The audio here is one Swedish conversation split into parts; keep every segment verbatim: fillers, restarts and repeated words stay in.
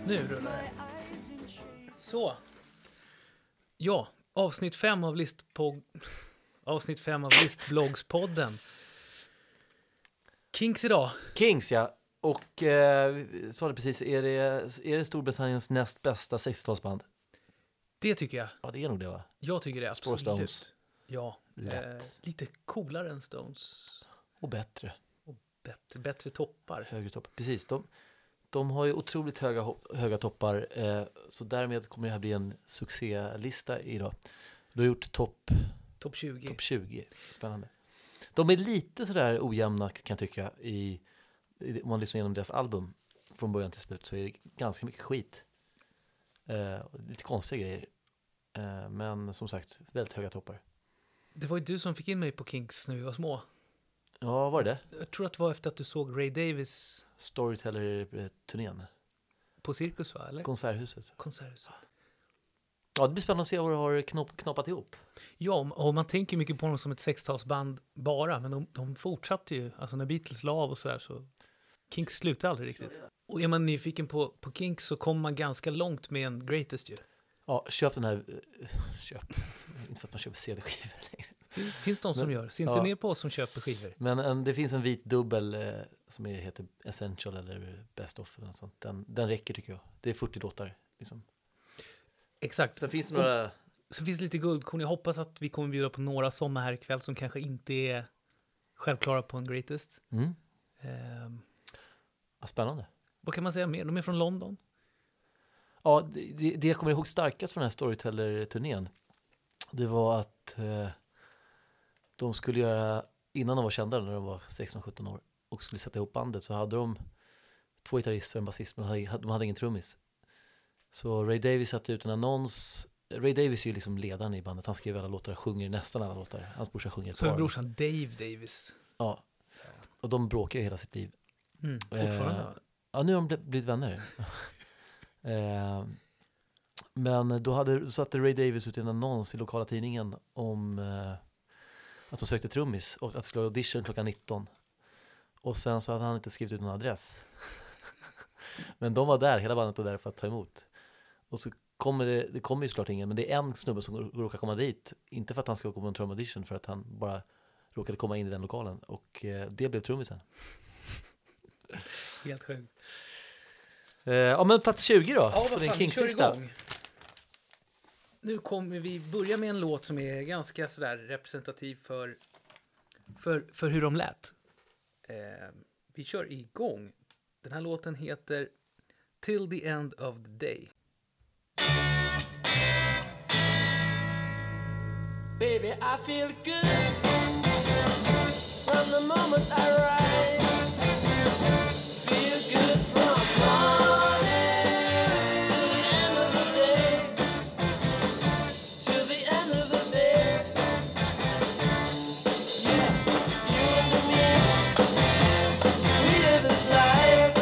Nu rullar det. Så. Ja, avsnitt fem av listpog... avsnitt fem av Listbloggspodden. Kinks idag. Kinks, ja. Och eh, sa det precis, är det, är det Storbritanniens näst bästa sextiotalsband? Det tycker jag. Ja, det är nog det, va? Jag tycker det, absolut. Stones. Ja, eh, lite coolare än Stones. Och bättre. Och bättre, bättre toppar. Högre toppar, precis. De, de har ju otroligt höga, höga toppar, eh, så därmed kommer det här bli en succélista idag. Du har gjort topp Topp tjugo. top tjugo. Spännande. De är lite sådär ojämna, kan jag tycka, i, i, om man lyssnar igenom deras album från början till slut, så är det ganska mycket skit. Eh, lite konstiga grejer. Eh, men som sagt, väldigt höga toppar. Det var ju du som fick in mig på Kinks när vi var små. Ja, var det? Jag tror att det var efter att du såg Ray Davis Storyteller-turnén. på Cirkus, va? Eller? Konserthuset. Konserthuset. Ja, det blir spännande att se vad du har knopp, knoppat ihop. Ja, och man tänker mycket på dem som ett sextalsband bara, men de, de fortsatte ju. Alltså när Beatles la av och sådär, så Kinks slutade aldrig riktigt. Och är man nyfiken på, på Kinks så kommer man ganska långt med en Greatest ju. Ja, köp den här. Köp. Inte för att man köper C D-skivor längre. Finns de som Men, gör. Se inte ja. ner på oss som köper skivor. Men en, det finns en vit dubbel eh, som är, heter Essential eller Best of eller något sånt. Den, den räcker, tycker jag. Det är fyrtio låtar liksom. Exakt. Sen finns det några... Så finns det lite guldkorn. Jag hoppas att vi kommer bjuda på några sådana här ikväll som kanske inte är självklara på en Greatest. Mm. Eh, Ja, spännande. vad kan man säga mer? De är från London. Ja, det, det, det jag kommer ihåg starkast från den här Storyteller-turnén, det var att eh, de skulle göra, innan de var kända när de var sexton sjutton år och skulle sätta ihop bandet, så hade de två gitarrister och en basist, men de hade, de hade ingen trummis. Så Ray Davis satte ut en annons. Ray Davis är ju liksom ledaren i bandet. Han skriver alla låtar, sjunger nästan alla låtar. Hans brorsa sjunger ett Så är par. brorsan Dave Davis. Ja, och de bråkar ju hela sitt liv. Mm, fortfarande. Eh, ja, nu har de bl- blivit vänner. eh, men då, hade, då satte Ray Davis ut en annons i lokala tidningen om eh, att de sökte trummis och att det skulle audition klockan nitton. Och sen så hade han inte skrivit ut någon adress. Men de var där, hela bandet var där för att ta emot. Och så kommer det, det kommer ju såklart ingen, men det är en snubbe som råkar komma dit. Inte för att han ska komma på en trumaudition, för att han bara råkade komma in i den lokalen. Och eh, det blev trummisen. Helt sjukt. Eh, ja, men plats tjugo då. Ja, på vad din fan, vi kör Kingslista. igång. Nu kommer vi börja med en låt som är ganska sådär representativ för, för, för hur de lät. Eh, vi kör igång. Den här låten heter Till the End of the Day. Baby, I feel good from the moment I rise. Feel good from morning to the end of the day. To the end of the day. Yeah, you and me, we live this life.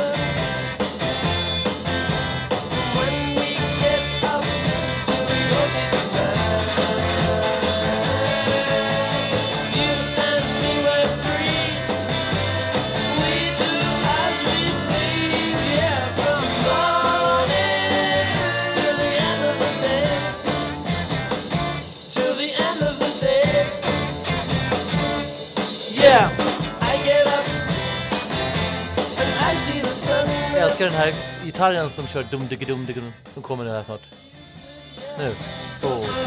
When we get up till we go see goodbye. You and me were free. We do as we please. Yeah, from morning till the end of the day. Till the end of the day. Yeah, I get up and I see the sun. Jag älskar den här gitarren som kör dum dum dum dum som kommer nu här snart. Nu. Två,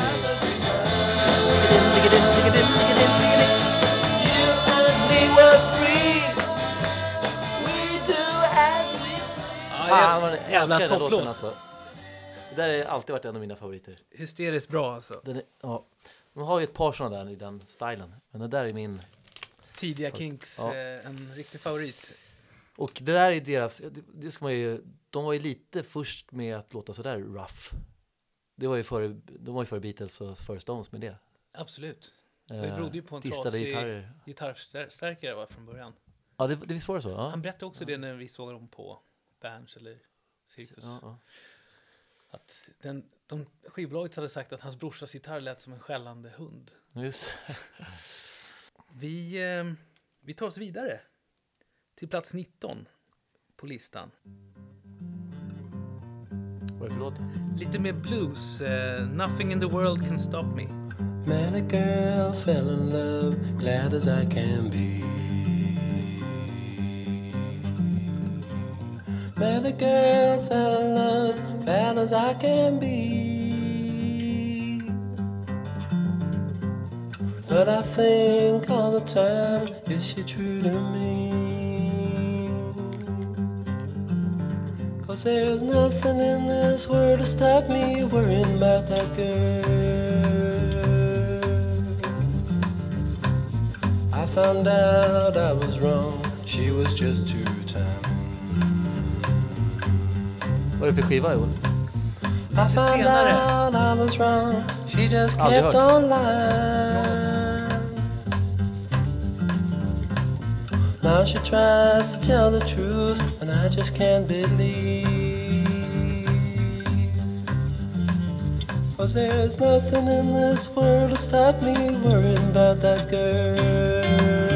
You and me were free. We do as we please. Fan, vad jag älskar jävla den här topplåt. låten alltså. Det där har alltid varit en av mina favoriter. Hysteriskt bra alltså. Den är, ja. De har ju ett par sådana där i den stilen. Men det där är min. Tidiga Kinks, Ja. eh, en riktig favorit. Och det där är deras, det, det ska man ju, de var ju lite först med att låta sådär rough. Det var ju före, de var ju före Beatles och före Stones med det. Absolut. Eh, Det berodde ju på en distade trasig gitarrer. gitarrstärkare var från början. Ja, det, det visst var det så? Ja. Han berättade också det när vi såg dem på Berns eller Cirkus. Ja, ja. Att den, de, skivbolaget hade sagt att hans brorsas gitarr lät som en skällande hund. Just. Vi, eh, vi tar oss vidare till plats nitton på listan. Vad är det för låt? Lite mer blues. Uh, Nothing in the world can stop me. Met a girl, fell in love, glad as I can be. Met a girl, fell in love, glad as I can be. But I think all the time, is she true to me? 'Cause there's nothing in this world to stop me worrying about that girl. I found out I was wrong, she was just too timing. Vad är det för skiva, Joel? I found out I was wrong, she just Aldrig kept hört. on lying. Now she tries to tell the truth, and I just can't believe. 'Cause there's nothing in this world to stop me worrying about that girl.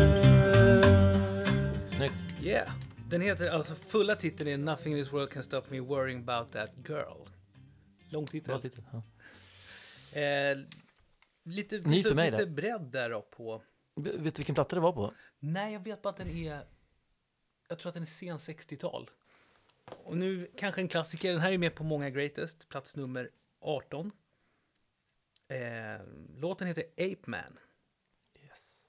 Snyggt. Yeah. Den heter alltså, fulla titeln är Nothing in this world can stop me worrying about that girl. Lång titel. Bra titel. Ja. Eh, lite Ny visa för mig lite där. bredd där då på. Vet du vilken platta det var på? Nej, jag vet bara att den är, jag tror att den är sen sextiotal. Och nu kanske en klassiker. Den här är med på många greatest, plats nummer arton. Eh, låten heter Ape Man. Yes.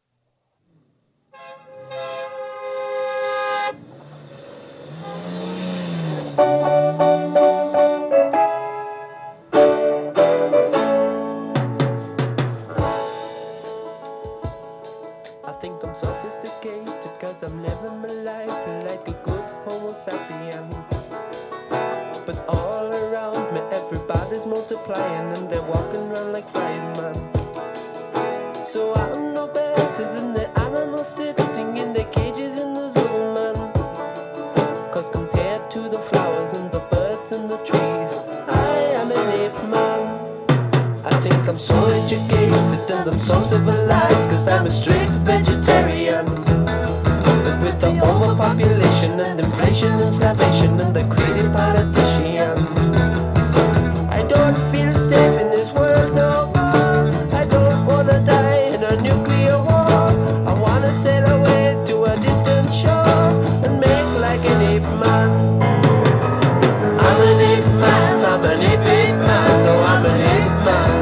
I think I'm sophisticated 'cause I'm living my life like a good homo sapien. But all around me everybody's multiplying and they're walking around like flies, man. So I'm no better than the animals sitting in their cages in the zoo, man. 'Cause compared to the flowers and the birds and the trees, I am an ape man. I think I'm so educated and I'm so civilized 'cause I'm a strict vegetarian. But with the overpopulation and inflation and starvation and the crazy politicians, I don't feel safe in this world no more. I don't wanna die in a nuclear war. I wanna sail away to a distant shore and make like an ape man. I'm an ape man, I'm an ape ape man, no I'm an ape man.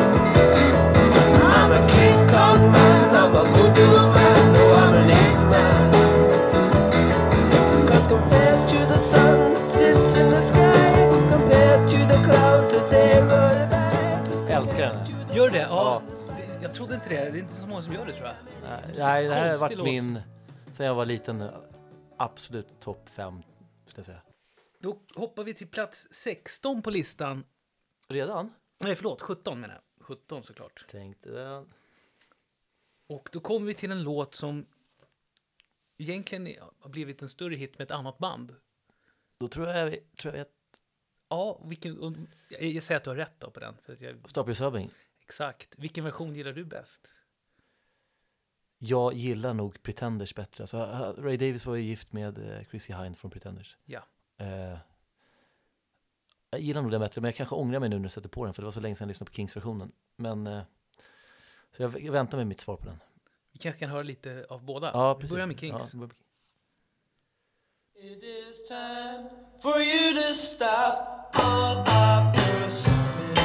I'm a King Kong man, I'm a voodoo man, no I'm an ape man. 'Cause compared to the sun that sits in the sky, compared to the clouds that say roll by. Jag älskar den. Gör det? Ja. Det- Jag trodde inte det. Det är inte så många som gör det, tror jag. Nej, Nej, det här har Konstig varit låt. min, sen jag var liten, absolut topp fem, skulle jag säga. Då hoppar vi till plats sexton på listan. Redan? Nej, förlåt. sjutton menar jag. sjutton såklart. Tänkte väl. Och då kommer vi till en låt som egentligen är- har blivit en större hit med ett annat band. Då tror jag, tror jag att Ja, vilken, och jag, jag säger att du har rätt då på den. För att jag, Stop Your Subbing. exakt. Vilken version gillar du bäst? Jag gillar nog Pretenders bättre. Alltså, uh, Ray Davies var ju gift med uh, Chrissy Hynde från Pretenders. Ja. Uh, jag gillar nog den bättre, men jag kanske ångrar mig nu när jag sätter på den, för det var så länge sedan jag lyssnade på Kings-versionen. Men, uh, så jag, jag väntar med mitt svar på den. Vi kanske kan höra lite av båda. Ja, vi precis. börjar med Kings. Ja, vi börjar med Kings. It is time for you to stop all of your sobbing.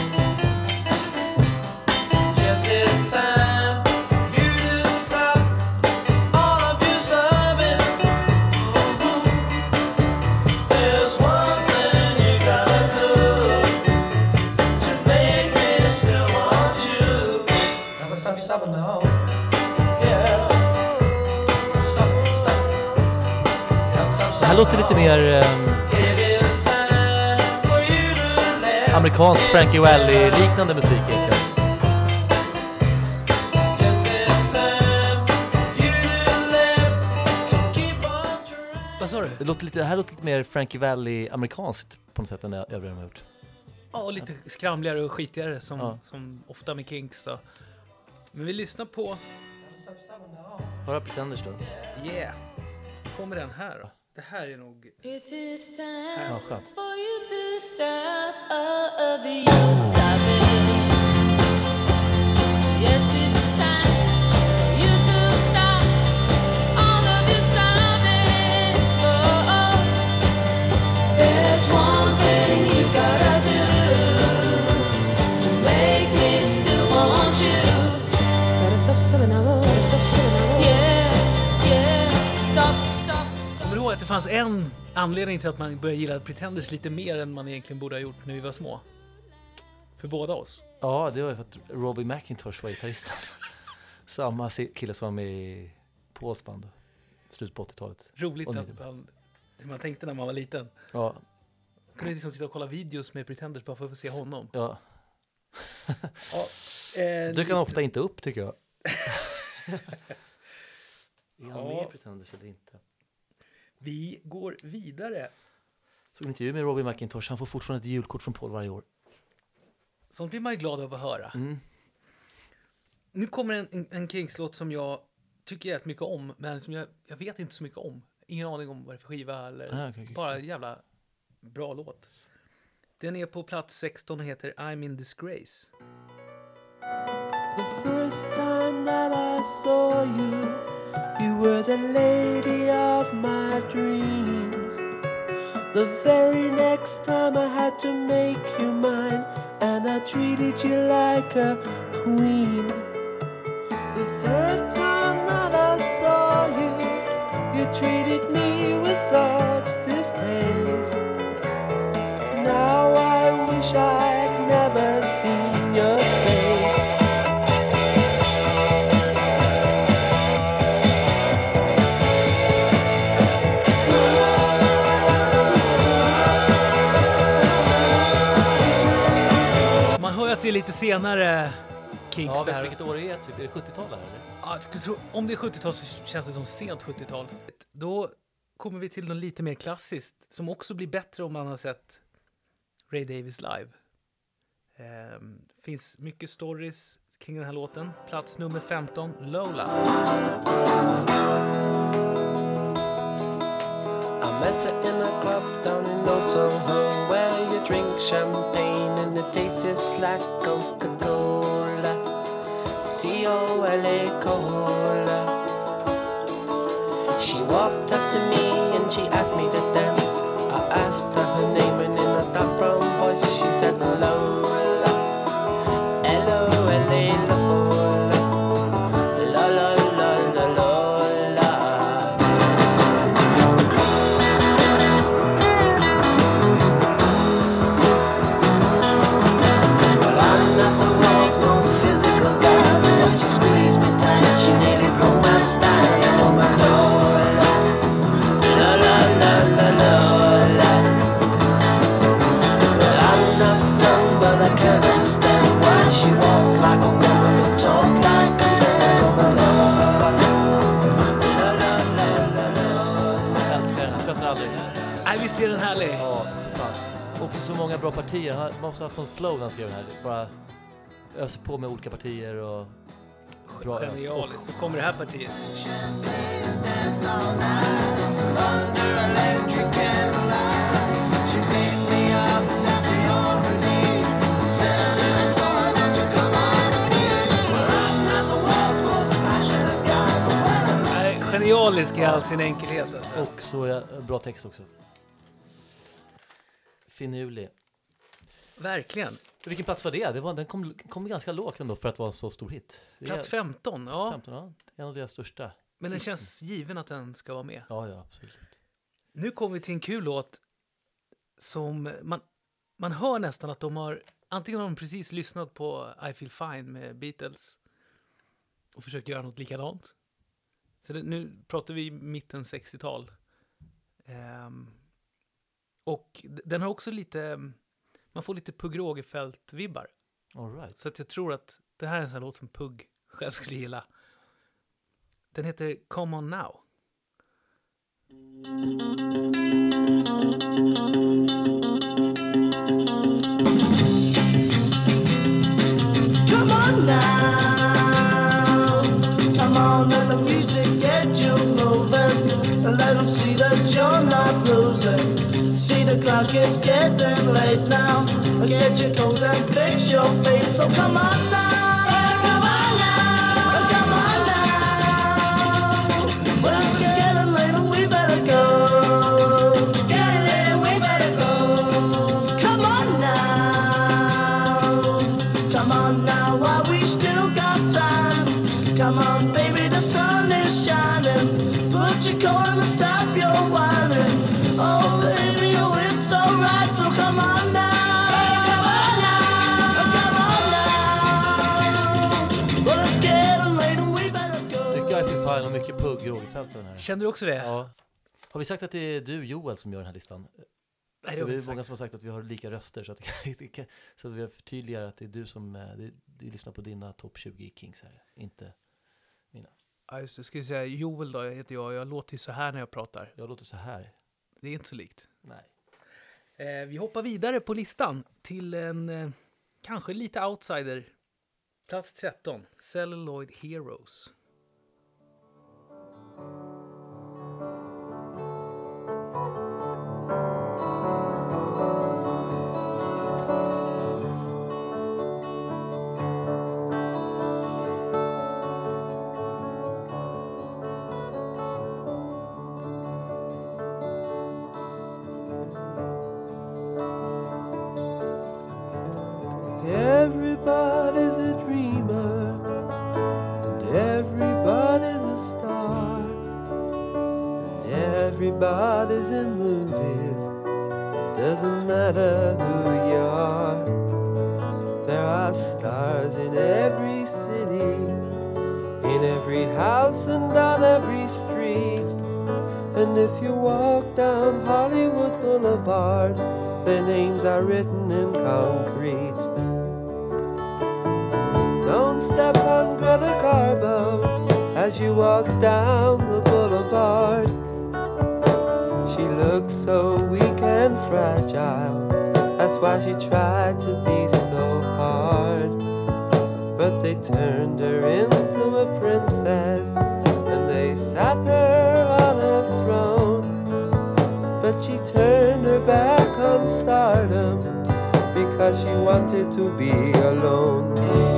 Yes, it's time for you to stop all of your sobbing. Mhm. There's one thing you gotta do to make me still want you. Gotta stop your sobbing now. Yeah. Stop it, stop it. Gotta stop Det här låter lite mer um, It is time for you to let amerikansk Frankie Valli-liknande musik egentligen. Yes, it's time for you to let So keep on trying. Vad sa du? Det, låter lite, det här låter lite mer Frankie Valli-amerikanskt på något sätt än det övriga de har gjort. Ja, och lite skramligare och skitigare som, Ja. som ofta med Kings. Så. Men vi lyssnar på Gotta stop sobbing now. Höra Pretenders då. Yeah. Kommer den här då? Det här är nog... It is time Ja, skönt. for you to stop all of the use of it. Yes, it's time for you to stop all of use of it. Oh, oh. There's one thing you gotta do to make me still want you. Gotta stop seven hours, gotta stop seven hours. Yeah, yeah, stop, stop, stop. Kommer du ihåg att det fanns en anledning till att man började gilla Pretenders lite mer än man egentligen borde ha gjort när vi var små? För båda oss. Ja, det var ju för att Robbie McIntosh var gitarristen. Samma kille som var med i Pauls band. Slut på åttiotalet. Roligt Och att man, hur man tänkte när man var liten. Ja, Man kunde liksom sitta och kolla videos med Pretenders bara för att få se honom. ja. Ja, Så eh, dök han ofta inte upp, tycker jag. Är han Ja. med i Pretenders eller inte? Vi går vidare. Såg en intervju med Robbie McIntosh. Han får fortfarande ett julkort från Paul varje år. Sånt blir man ju glad av att höra. Mm. Nu kommer en, en, en Kinks-låt som jag tycker jävligt mycket om, men som jag, jag vet inte så mycket om. Ingen aning om vad det är för skiva eller Ah, okay, okay. bara en jävla bra låt. Den är på plats sexton och heter I'm in Disgrace. The first time that I saw you, you were the lady of my dreams. The very next time I had to make you mine, and I treated you like a queen. The third time that I saw you, you treated me with such distaste. Now I wish I'd never seen your face. Man hör att det är lite senare Kinks Ja, det vet du här. vilket år det är? Typ, är det sjuttiotal eller? Ja, jag skulle tro, om det är sjuttiotal så känns det som sent sjuttiotal. Då kommer vi till något lite mer klassiskt som också blir bättre om man har sett Ray Davies live. Ehm, finns mycket stories kring den här låten. Plats nummer femton, Lola. I met her in a club down in Old Soho, where you drink champagne and it tastes like Coca-Cola, C O L A Cola. She walked up to me and she asked me to dance. I asked her her name and in a dark brown voice she said Lola, L O L A Lola, la la la la Lola. Well, I'm not the world's most physical guy, but when she squeezed me tight, she nearly broke my spine. Oh my Lola, la la la la Lola. Well, I'm not dumb, but I can't understand why she walked like a woman but talked like a man. Oh my Lola, la la la la Lola. Jag älskar den, jag tröttnar aldrig. Nej, visst är den härlig? Ja, för fan. Också så många bra partier. Han måste ha haft sån flow när han skrev den här. Bara öser på med olika partier och bra ös. Genialiskt. Så kommer det här partiet. Nej, genialisk i all sin enkelhet. Alltså. Och så ja, bra text också. Finurlig. Verkligen. Vilken plats var det? det var, den kom, kom ganska lågt ändå för att vara en så stor hit. Det är- Plats femton, ja. femton, ja. En av deras största. Men den hits. känns given att den ska vara med. Ja, ja, absolut. Nu kommer vi till en kul låt som man, man hör nästan att de har, antingen har de precis lyssnat på I Feel Fine med Beatles och försökt göra något likadant. Så det, nu pratar vi mitten sextiotal. Ehm, och d- den har också lite, man får lite Pugh Rogefeldt-vibbar. All right. Så att jag tror att det här är en sån här låt som Pugh själv skulle gilla. Den heter Come On Now. Come on now, come on, let the music get you moving, and let them see that you're o'clock, it's getting late now. Get your coat and fix your face, so come on now. Come on now. Come on now. Well, it's getting late and we better go. It's getting late and we better go. Come on now. Come on now, while we still got time. Come on, baby, the sun is shining. Put your coat on and stop your whining. Oh, baby, oh, it's alright, so come on now. Come on now. Come on now. Well, it's getting late and we better go. Tycker jag är för fan och mycket pugg i Rogefeldt här. Känner du också det? Ja. Har vi sagt att det är du, Joel, som gör den här listan? Nej, det har Det vi är inte många sagt. som har sagt att vi har lika röster, så att, det kan- så att vi förtydligar att det är du som eh, det, du lyssnar på dina topp tjugo Kings här, inte mina. Ja, just det. Ska vi säga Joel då, heter jag. Jag låter ju så här när jag pratar. Jag låter så här. Det är inte så likt. Nej. Eh, vi hoppar vidare på listan till en eh, kanske lite outsider. Plats tretton, Celluloid Heroes. Everybody's a dreamer, and everybody's a star, and everybody's in movies. Doesn't matter who you are. There are stars in every city, in every house and on every street. And if you walk down Hollywood Boulevard, their names are written in concrete. Don't step on Greta Garbo as you walk down the boulevard. She looks so weak and fragile, that's why she tried to be so hard. But they turned her into a princess, and they sat her on a throne. But she turned her back on stardom, because she wanted to be alone.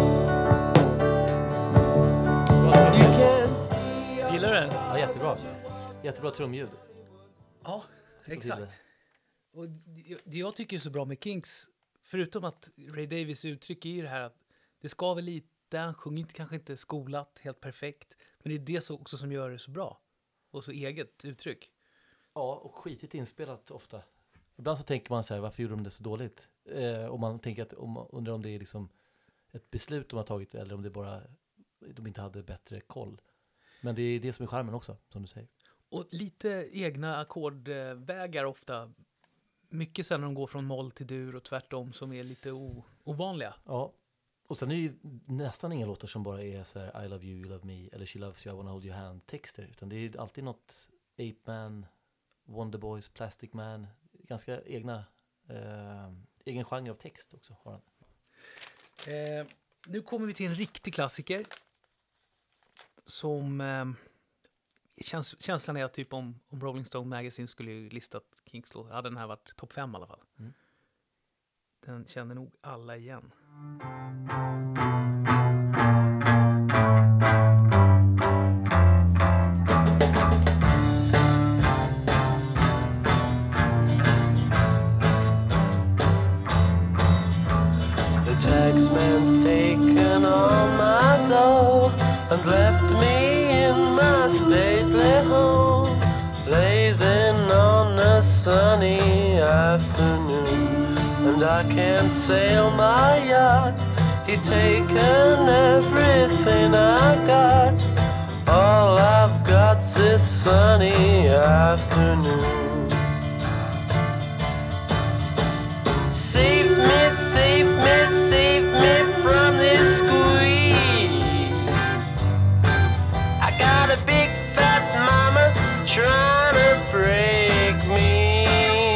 You can see all Gillar du den? Ja, jättebra. Jättebra trumljud. Ja, exakt. Och det det jag tycker är så bra med Kinks, förutom att Ray Davies uttryck är ju det här att det ska väl lite, han sjunger inte, kanske inte skolat helt perfekt, men det är det så också som gör det så bra och så eget uttryck. Ja, och skitigt inspelat ofta. Ibland så tänker man så här, varför gjorde de det så dåligt? Eh, och man tänker att, om man undrar om det är liksom ett beslut de har tagit eller om det bara de inte hade bättre koll. Men det är det som är charmen också, som du säger. Och lite egna ackordvägar ofta. Mycket sen när de går från moll till dur och tvärtom som är lite o- ovanliga. Ja. Och sen är det ju nästan inga låtar som bara är så här I love you, you love me eller She loves you, I wanna hold your hand texter. Utan det är alltid något Ape Man, Wonder Boys, Plastic Man. Ganska egna, eh, egen genre av text också har han. Eh, nu kommer vi till en riktig klassiker. Som eh, käns- känslan är att typ om, om Rolling Stone Magazine skulle ju listat Kinks låt, hade den här varit topp fem i alla fall. Mm. Den känner nog alla igen. The taxman's taken all my dough and left me in my stately home, blazing on a sunny afternoon. And I can't sail my yacht, he's taken everything I got. All I've got's this sunny afternoon. Save me, save me, save me from this squeeze. I got a big fat mama trying to break me,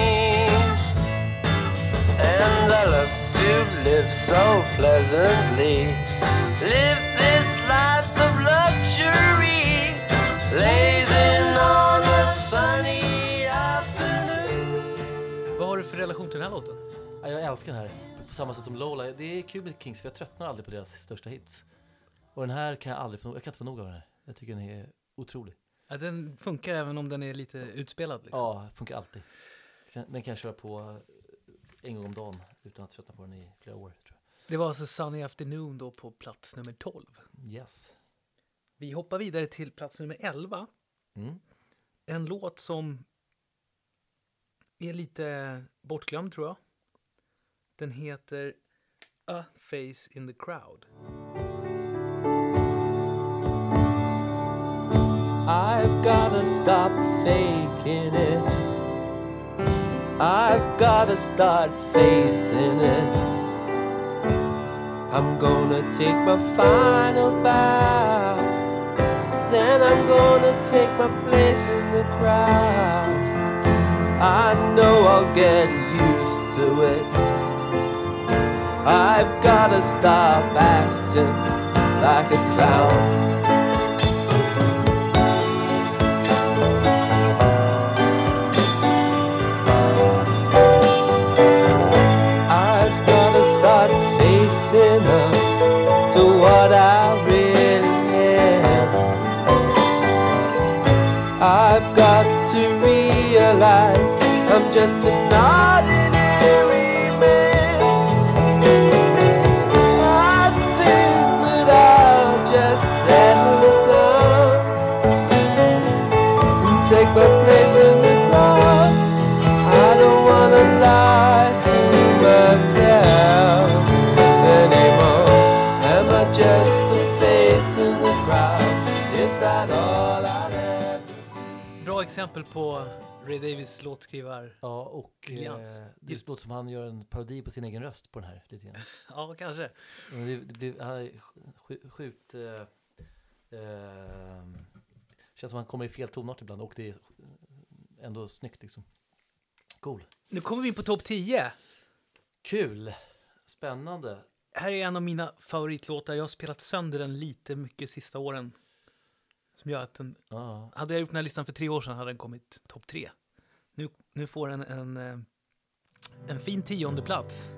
and I love to live so pleasantly, live this life of luxury, blazing on a sunny afternoon. Vad Vad har du för relation till den här låten? Ja, jag älskar den här. På samma sätt som Lola. Det är kul med Kings för jag tröttnar aldrig på deras största hits. Och den här kan jag aldrig få nog, jag kan inte få nog av den här. Jag tycker den är otrolig. Ja, den funkar även om den är lite utspelad. Liksom. Ja, funkar alltid. Den kan jag köra på en gång om dagen utan att tröttna på den i flera år, tror jag. Det var alltså Sunny Afternoon då på plats nummer tolv. Yes. Vi hoppar vidare till plats nummer elva. Mm. En låt som är lite bortglömd, tror jag. Den heter A Face in the Crowd. I've gotta stop faking it. I've gotta start facing it. I'm gonna take my final bow. Then I'm gonna take my place in the crowd. I know I'll get used to it. I've gotta stop acting like a clown. Facing up to what I really am. I've got to realize I'm just an ordinary man. I think that I'll just settle down and take my place in the crowd. I don't wanna lie to myself anymore. Am I just a face in the crowd? Is that all I'll ever be? Bra exempel på Ray Davies låtskrivar. Ja, och eh, Briljans. det låter som han gör en parodi på sin egen röst på den här lite grann. Ja, kanske. Men Det, det, det, han är sj- sjukt... Eh, eh, känns som han kommer i fel tonart ibland och det är ändå snyggt liksom. Cool. Nu kommer vi in på topp tio. Kul! Spännande. Här är en av mina favoritlåtar. Jag har spelat sönder den lite mycket sista åren. Som gör att den... Ja. Hade jag gjort den här listan för tre år sedan hade den kommit topp tre. Nu, nu får den en, en, en fin tionde plats.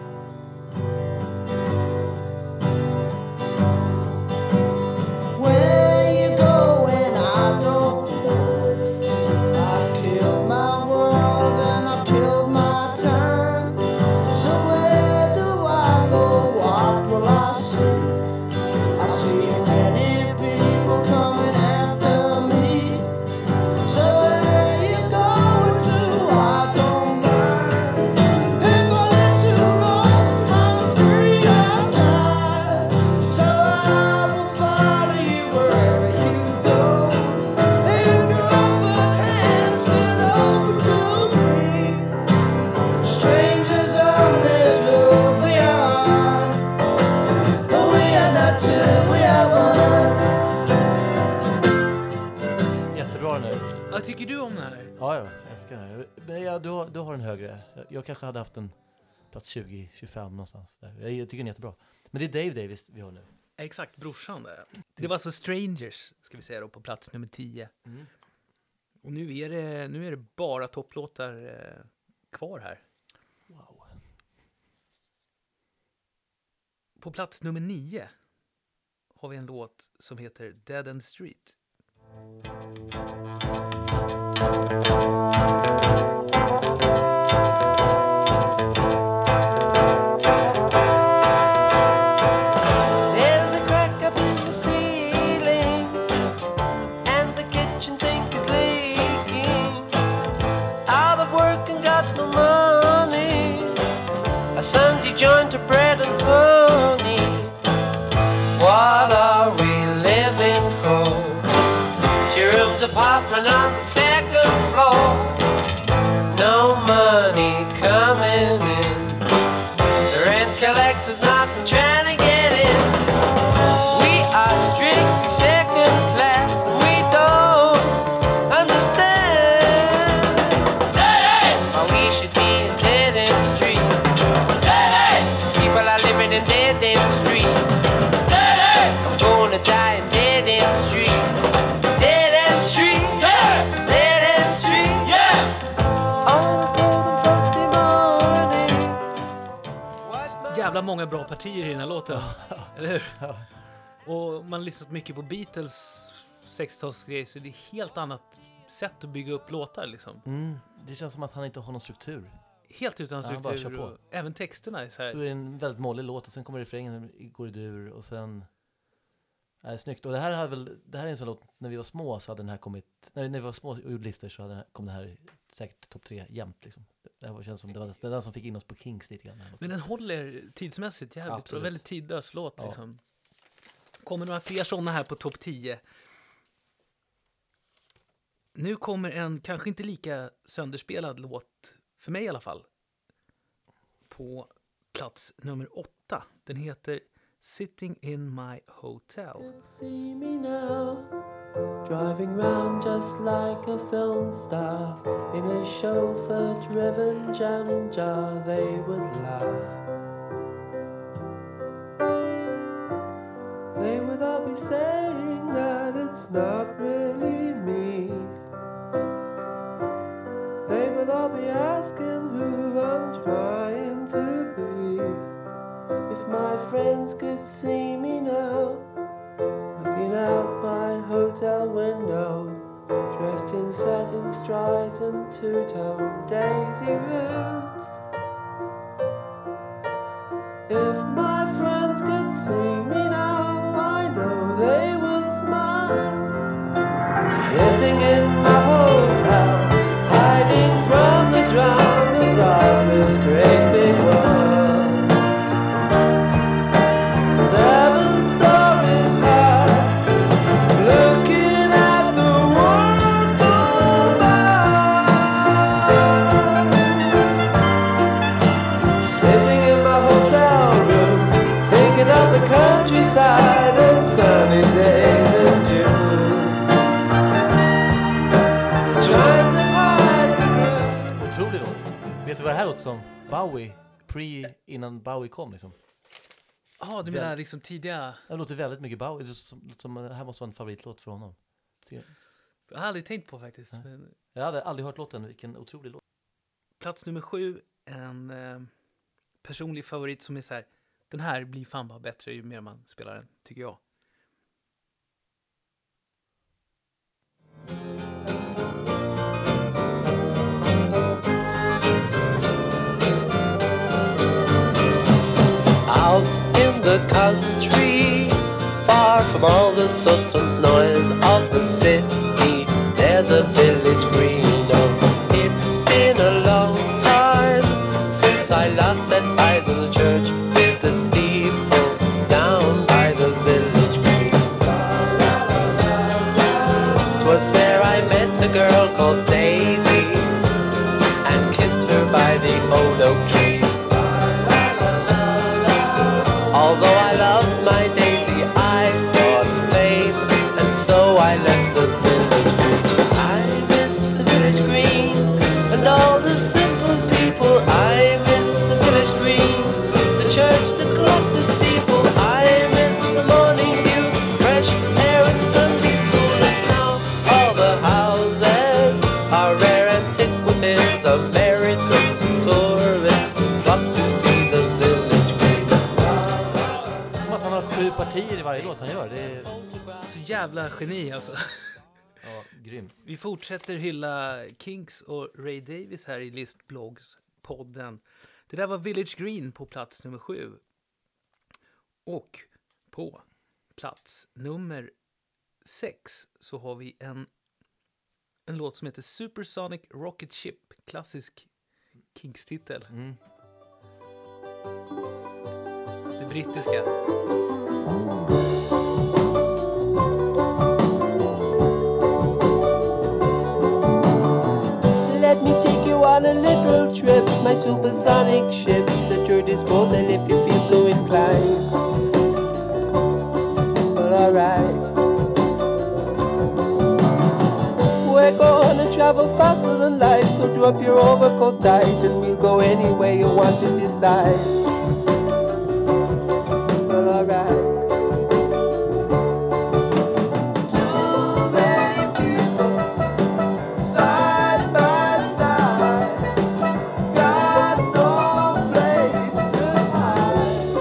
Where you going? I don't know. I've killed my world and I've killed my time. So where do I go? What will I see? I see many people coming after me. So where you going to? I don't mind. If I live too long, I'm afraid I'll die. So I will follow you wherever you go. If your offered hand stood open to me, strangers on this road beyond. We are not two, we are one. Jättebra nu. Vad tycker du om den här? Ja, ja, jag älskar den här. Men ja, du, har, du har den högre. Jag, jag kanske hade haft en plats tjugo tjugofem någonstans där. Jag, jag tycker den är jättebra. Men det är Dave Davis vi har nu. Exakt, brorsan där. Det var alltså Strangers, ska vi säga då, på plats nummer tio. Mm. Och nu är det, nu är det bara topplåtar eh, kvar här. Wow. På plats nummer nio har vi en låt som heter Dead End Street. There's a crack up in the ceiling, and the kitchen sink is leaking. Out of work and got no money. A Sunday joint of bread and honey. What are we living for? Two-room apartment on the second floor. jävla många bra partier i den här låten. Eller hur? Ja. Och man har lyssnat mycket på Beatles sextiotalsgrejer, så det är helt annat sätt att bygga upp låtar liksom. Mm, det känns som att han inte har någon struktur. Helt utan Ja, han bara struktur. kör på. Och även texterna är så här. Så är det en väldigt målig låt och sen kommer refrängen, går i dur och sen... Det är snyggt. Och det här, hade väl, det här är en sån låt, när vi var små så hade den här kommit... När vi, när vi var små och gjorde listor så hade den här, kom den här säkert topp tre jämt liksom. Det här känns som det var den där som fick in oss på Kings lite grann. Men den håller tidsmässigt jävligt. Absolut. Det var väldigt tidlös låt Ja. liksom. Kommer några fler sådana här på topp tio. Nu kommer en kanske inte lika sönderspelad låt, för mig i alla fall, på plats nummer åtta. Den heter Sitting in my hotel. See me now, driving round just like a film star in a chauffeur-driven jam jar. They would laugh. They would all be saying that it's not really me. They would all be asking who I'm trying to be. If my friends could see me now, looking out my hotel window, dressed in satin strides and two-tone daisy roots. If my friends could see me now, I know they would smile. Sitting in my hotel, hiding from the dramas of this great big world. Seven stories high, looking at the world go by. Sitting in my hotel room, thinking of the countryside and sunny days in June. Trying to hide the gloom. Otrolig låt. Vet du vad det här låter som? Bowie, pre innan Bowie kom liksom. Ja, ah, du menar liksom tidiga... Det låter väldigt mycket Bowie. Det låter som, som, det här måste vara en favoritlåt för honom. Jag har aldrig tänkt på faktiskt. Nej. Men Jag hade aldrig hört låten, vilken otrolig låt. plats nummer sju, en eh, personlig favorit som är så här, den här blir fan bara bättre ju mer man spelar den, tycker jag. Out in the country, far from all the subtle noise of the city, there's a village green. Oh, it's been a long time since I last set eyes on the church with the steeple down by the village green. 'Twas there I met a girl called Daisy and kissed her by the old oak tree. Although I loved my Daisy, I sought fame, and so I left the village green. I miss the village green, and all the simple people. I miss the village green, the church, the clock, the steeple. I miss the morning dew, fresh air and Sunday school. And now all the houses are rare antiquities. American tourists flock to see the village green. Som att han har sju partier i varje låt han gör. Det är Så jävla geni alltså. ja, grym. Vi fortsätter hylla Kinks och Ray Davies här i Listblogs-podden. Det där var Village Green på plats nummer sju. Och på plats nummer sex så har vi en, en låt som heter Supersonic Rocket Ship. Klassisk Kinks-titel. Mm. Det brittiska. Let me take you on a little trip. My supersonic ship's at your disposal if you feel so inclined. Well, alright. We're gonna travel faster than light, so do up your overcoat tight, and we'll go anywhere you want to decide. Well, alright. Too many people side by side, got no place to hide.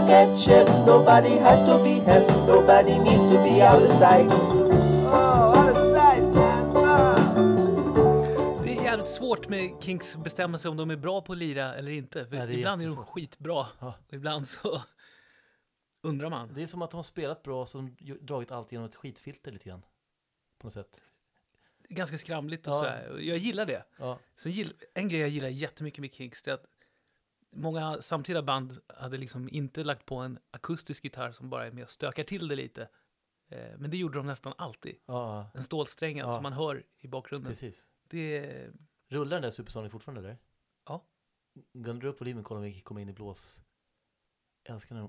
get shed. Nobody has to be helped. Nobody needs to be out of sight. Oh, out of sight, man. Ah. Det är jävligt svårt med Kinks bestämma sig om de är bra på att lira eller inte. För Ja, det är ibland är de jättesvårt. skitbra. Ja. Och ibland så undrar man. Det är som att de har spelat bra så de ju- dragit allt genom ett skitfilter lite grann. På något sätt. Ganska skramligt och Ja. sådär. Och jag gillar det. Ja, Sen gill, en grej jag gillar jättemycket med Kinks det är att många samtida band hade liksom inte lagt på en akustisk gitarr som bara är med och stökar till det lite. Eh, men det gjorde de nästan alltid. ja, En stålsträngad Ja. som man hör i bakgrunden. precis. Det, Rullar den där Supersonic fortfarande eller? Ja. Kan du upp volymen och kolla om vi kommer in i blås? Jag älskar när de...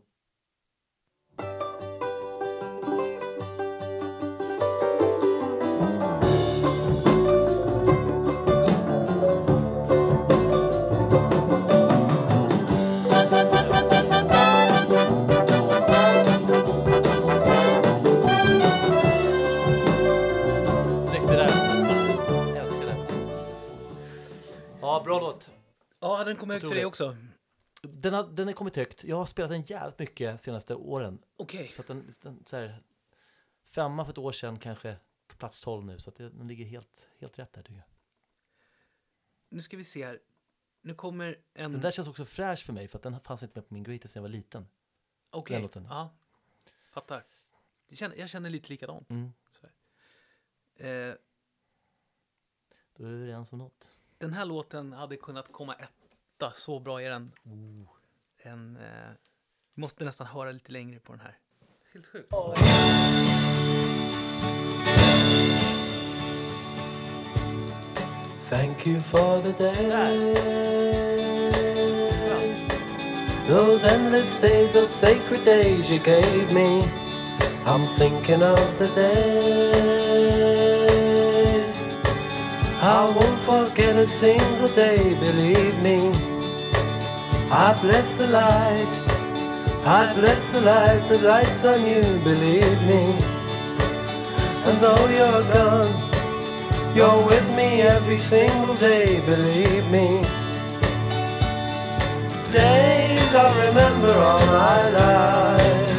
Snyggt det där. Jag älskar det. Ja, bra låt. ja, den kommer högt för dig Otroligt. också. Den har, den har kommit högt. Jag har spelat den jävligt mycket de senaste åren. Okej. Så att den, den så här, femma för ett år sedan kanske plats tolv nu. Så att det, den ligger helt, helt rätt där tycker jag. Nu ska vi se här. Nu kommer en... Den där känns också fräsch för mig för att den fanns inte med på min greatest när jag var liten. Okej. den låten. Ja, fattar. Jag känner, jag känner lite likadant. Mm. Eh, Då är vi överens om något. den här låten hade kunnat komma etta. Så bra är den. Oh. En, eh, vi måste nästan höra lite längre på den här. Helt sjukt. Thank you for the days, those endless days, those sacred days you gave me. I'm thinking of the days I won't forget a single day, believe me. I bless the light, I bless the light that lights on you, believe me. And though you're gone, you're with me every single day, believe me. Days I remember all my life.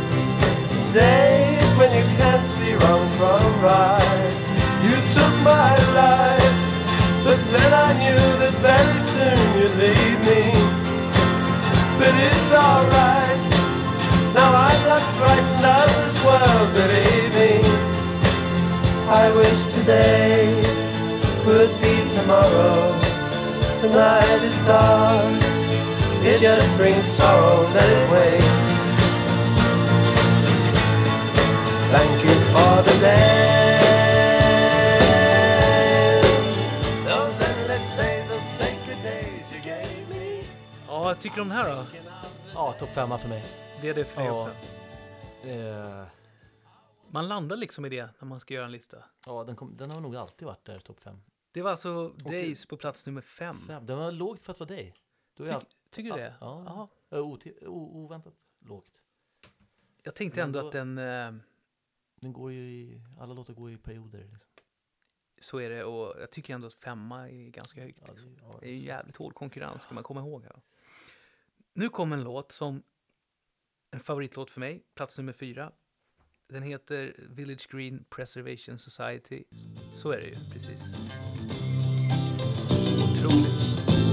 Days when you can't see wrong from right. You took my life, but then I knew that very soon you'd leave me. But it's alright, now I'm not frightened of this world, believe me. I wish today would be tomorrow. The night is dark, it just brings sorrow, let it wait. Thank you for the days, those endless days, those sacred days you gave me. Ja, vad tycker du om den här då? Ja, topp femma för mig. Det är det för mig Ja. också. Eh, Man landar liksom i det när man ska göra en lista. ja, den, kom, den har nog alltid varit där, topp fem. Det var alltså Days på plats nummer fem. fem. Den var lågt för att vara dig. Du är Tyck, all... tycker du det? Ja. Jaha. Ja, oti- o- oväntat lågt. Jag tänkte Men ändå då- att den... Eh, Den går ju i, alla låtar går i perioder. Liksom. så är det. Och jag tycker ändå att femma är ganska högt. Ja, det, ja, Det är ju jävligt hård konkurrens, ska man komma ihåg. Här. Nu kommer en låt som en favoritlåt för mig, plats nummer fyra. Den heter Village Green Preservation Society. Så är det ju, precis. Otroligt.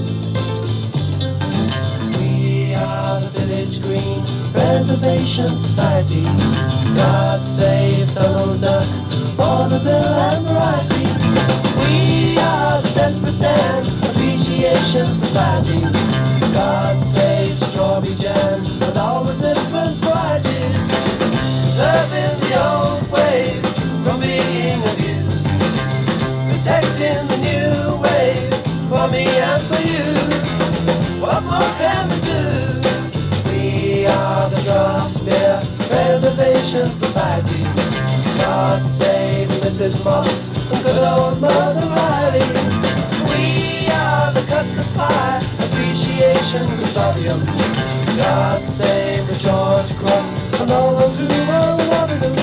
We are the Village Green Preservation Society. God save Donald Duck, Vaudeville and variety. We are the Desperate Dan Appreciation Society. God save Strawberry Jam and all the different varieties. Preserving the old ways from being abused. Protecting the new ways for me and for you. What more can we do? We are the Draft Beer Preservation Society. God save Missus Moss and good old Mother Riley. We are the Custard Pie Appreciation Consortium. God save the George Cross and all those who are loving them.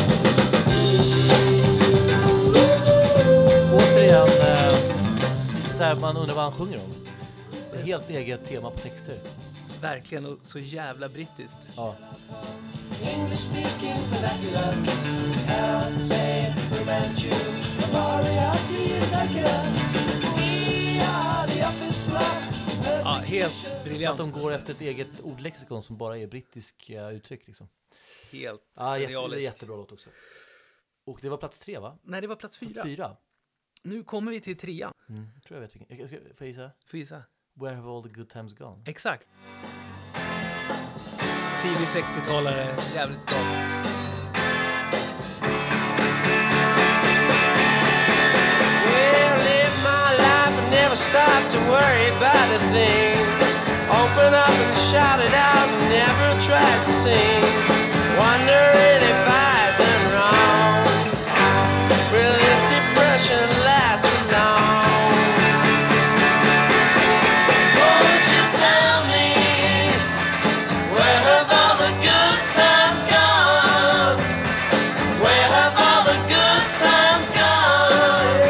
Återigen, eh, så här, man undrar vad han sjunger om. Det är helt eget tema på texter. Verkligen, och så jävla brittiskt. Ja. English speaking vernacular. I'll say Fu Manchu. Moriarty Dracula. We are the office block. Ja, helt Att briljant. de går efter ett eget ordlexikon som bara är brittiska uttryck liksom. Helt Ja, jätte, det är genialiskt. jättebra låt också. Och det var plats tre, va? Nej, det var plats fyra. Plats fyra. Nu kommer vi till trean. Mm, jag tror jag vet vilken. Jag ska, får jag gissa? Får gissa. Where have all the good times gone? Exakt. Tidig sextiotalare, jävligt bra. Well, live my life and never stop to worry about a thing. Open up and shout it out, never try to sing. Wondering if I've done wrong. Will this depression last for long? Won't you tell me, where have all the good times gone? Where have all the good times gone?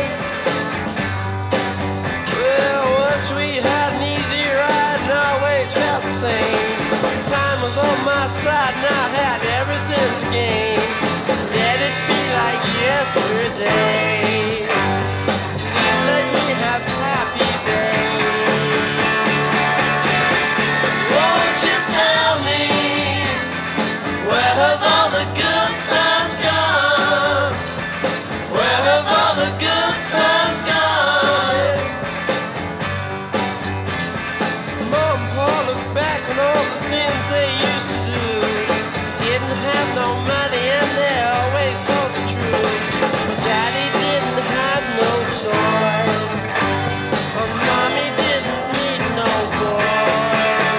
Well, once we had an easy ride and always felt the same. Time was on my side and I had everything to gain. Let it be like yesterday. Please let me have happy days. Won't you tell me, where have all the good times gone? Where have all the good times gone? Mom and Pa look back on all the things they used to do. Didn't have no money and they always told the truth. Daddy didn't have no toys. And Mommy didn't need no boys.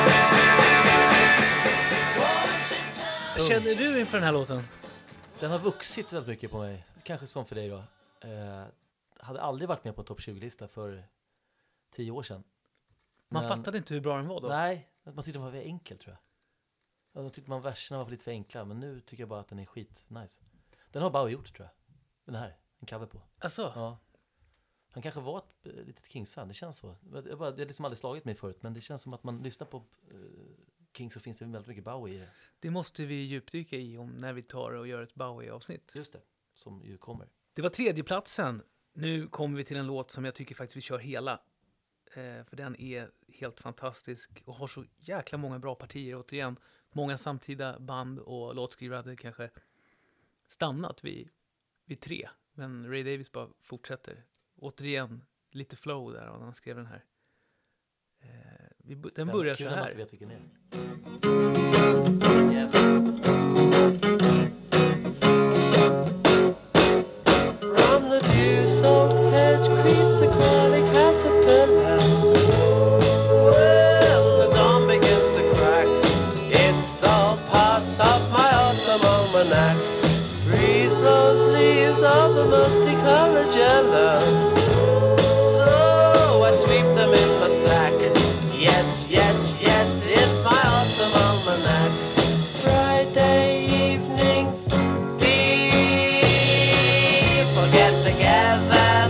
Won't you tell Vad känner du inför den här låten? Den har vuxit rätt mycket på mig. Kanske som för dig då. Eh, hade aldrig varit med på en topp tjugo-lista för tio år sedan. Man Men- fattade inte hur bra den var då. Nej, man tyckte den var väldigt enkel tror jag. Jag tyckte man verserna var lite för enkla. Men nu tycker jag bara att den är skit nice. Den har Bowie gjort tror jag. Den här, en cover på. Alltså, Ja. Han kanske var ett eh, litet Kings-fan, det känns så. Jag bara, det har liksom aldrig slagit mig förut. Men det känns som att man lyssnar på eh, Kings så finns det väldigt mycket Bowie i det. det måste vi djupdyka i om när vi tar och gör ett Bowie-avsnitt. Just det, som ju kommer. Det var tredjeplatsen. Nu kommer vi till en låt som jag tycker faktiskt vi kör hela. Eh, för den är helt fantastisk och har så jäkla många bra partier. Återigen, många samtida band och låtskrivare hade kanske stannat vid, vid tre. Men Ray Davies bara fortsätter. Återigen, lite flow där och han skrev den här. Eh, vi, bu- den Spännande. börjar Kul så när man här. inte vet vilken det är. From the dew-soaked hedge creeps a crawly caterpillar. Well, the dawn begins to crack. It's all part of my autumn almanac. Breeze blows leaves of the musty colored yellow. So I sweep them in my sack. Yes, yes, yes, it's my autumn almanac. Friday evenings, people get together,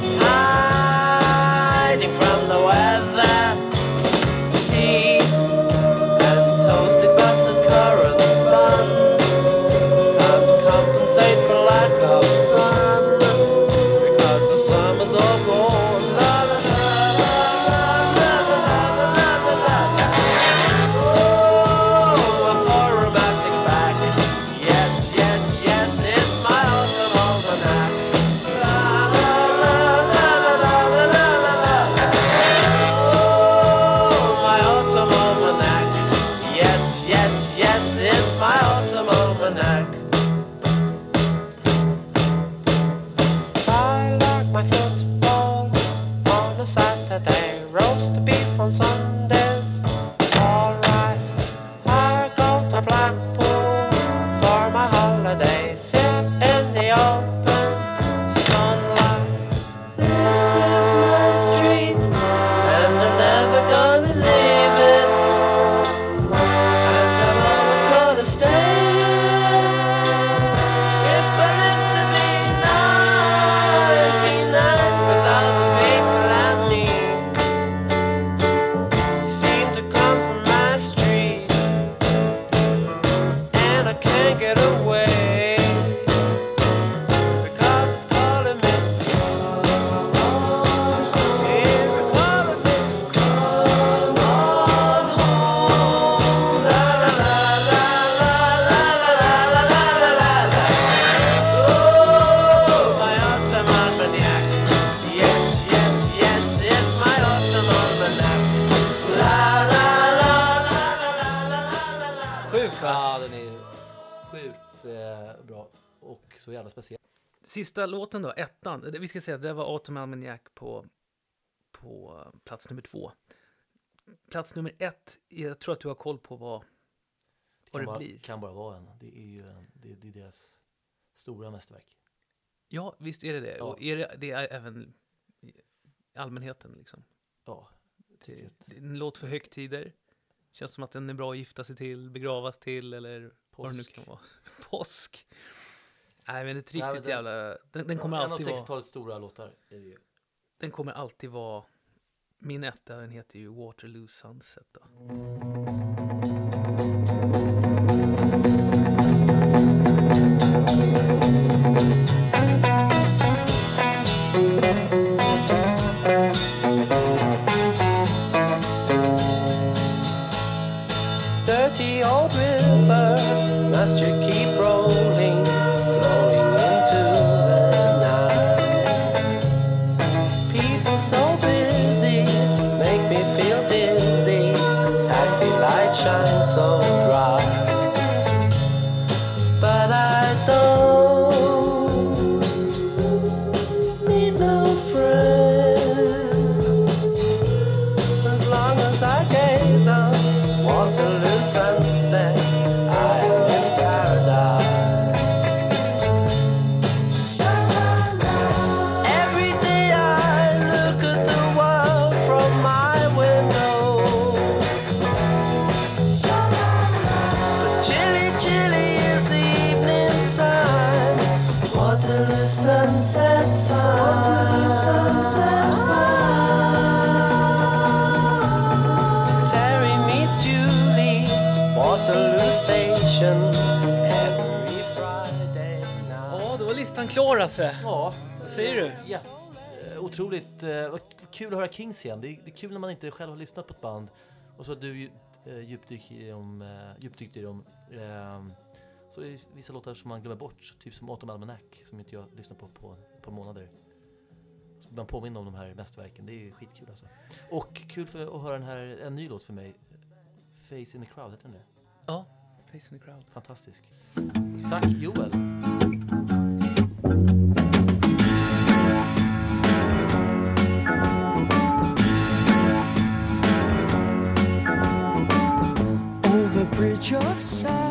hiding from the weather. Tea and toasted buttered currant buns can't compensate for lack of sun, because the summer's all gone. La la la la la la la la la la. Oh, a poor romantic back. Yes, yes, yes, it's my autumn almanac. La la la la la la la la la. Oh, my autumn almanac. Yes, yes, yes, it's my autumn almanac. eh, bra och så jävla speciell. Sista låten då, ettan. Det- Vi ska säga att det var Autumn Almanac på, på plats nummer två. Plats nummer ett, jag tror att du har koll på vad, Det vad kan det bara, blir. kan bara vara en. Det är ju en, det, det är deras stora mästerverk. Ja, visst är det det. Ja. Och är det, det är även i allmänheten liksom. Ja, tycker Det, att det är en låt för högtider. Känns som att den är bra att gifta sig till, begravas till eller vad det nu Påsk. kan vara. Påsk. Nej, men det är ett Nej, men riktigt den- jävla... Den, den kommer en av alltid vara... sextiotalets stora låtar är det ju. Den kommer alltid vara... Min etta, den heter ju Waterloo Sunset då. Dirty old river, must you keep rolling, flowing into the night? People so busy, make me feel dizzy. Taxi lights shine so bright, but I don't need no friend as long as I gaze on Waterloo sunset, I am in paradise. Every day I look at the world from my window, but chilly, chilly is the evening time. Waterloo sunset time. Waterloo sunset time. Terry meets Julie, Waterloo Station, every Friday night. Ja, då var listan klar alltså. Ja, Vad säger du? Ja, eh, otroligt. Eh, vad vad kul att höra Kings igen. Det är, det är kul när man inte själv har lyssnat på ett band. Och så har du eh, djupdykt i dem. Eh, djupdykt i dem. Eh, så är det vissa låtar som man glömmer bort. Typ som Autumn Almanac som inte jag lyssnat på på ett par månader. Så man påminner om de här mästerverken. Det är skitkul alltså. Och kul för att höra den här, en ny låt för mig. Face in the Crowd, heter den det? Ja, Face in the Crowd. Fantastisk. Tack Joel. Over bridge of sand.